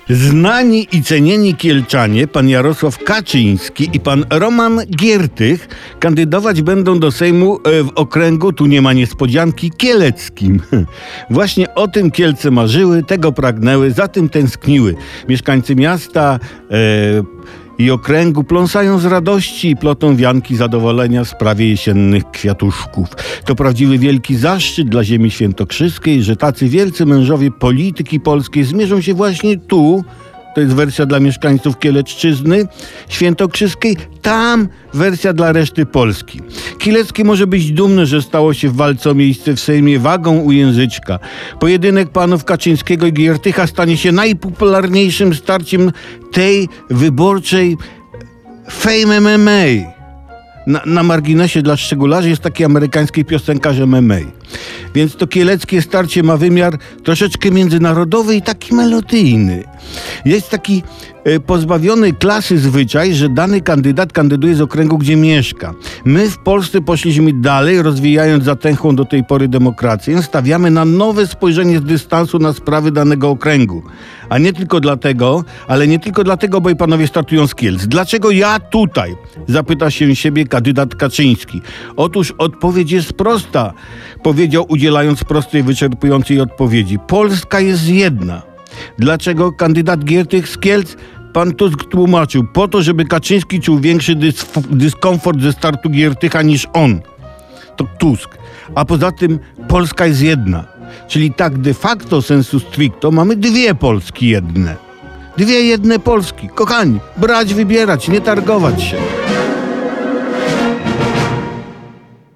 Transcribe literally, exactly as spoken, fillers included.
Znani i cenieni Kielczanie, pan Jarosław Kaczyński i pan Roman Giertych, kandydować będą do Sejmu w okręgu, tu nie ma niespodzianki, kieleckim. Właśnie o tym Kielce marzyły, tego pragnęły, za tym tęskniły. Mieszkańcy miasta e, i okręgu pląsają z radości i plotą wianki zadowolenia w sprawie jesiennych kwiatuszków. To prawdziwy wielki zaszczyt dla ziemi świętokrzyskiej, że tacy wielcy mężowie polityki polskiej zmierzą się właśnie tu. To jest wersja dla mieszkańców Kieleczczyzny świętokrzyskiej, tam wersja dla reszty Polski. Kieleckie może być dumne, że stało się w walce o miejsce w Sejmie wagą u języczka. Pojedynek panów Kaczyńskiego i Giertycha stanie się najpopularniejszym starciem tej wyborczej Fame M M A. Na, na marginesie dla szczególarzy jest taki amerykański piosenkarz M M A. Więc to kieleckie starcie ma wymiar troszeczkę międzynarodowy i taki melodyjny. Jest taki e, pozbawiony klasy zwyczaj, że dany kandydat kandyduje z okręgu, gdzie mieszka. My w Polsce poszliśmy dalej, rozwijając zatęchłą do tej pory demokrację. Stawiamy na nowe spojrzenie z dystansu na sprawy danego okręgu. A nie tylko dlatego, ale nie tylko dlatego, bo i panowie startują z Kielc. Dlaczego ja tutaj? Zapyta się siebie kandydat Kaczyński. Otóż odpowiedź jest prosta. Powiedział, udzielając prostej, wyczerpującej odpowiedzi. Polska jest jedna. Dlaczego kandydat Giertych z Kielc? Pan Tusk tłumaczył. Po to, żeby Kaczyński czuł większy dys- dyskomfort ze startu Giertycha niż on. To Tusk. A poza tym Polska jest jedna. Czyli tak de facto, sensu stricto, mamy dwie Polski jedne. Dwie jedne Polski. Kochani, brać, wybierać, nie targować się.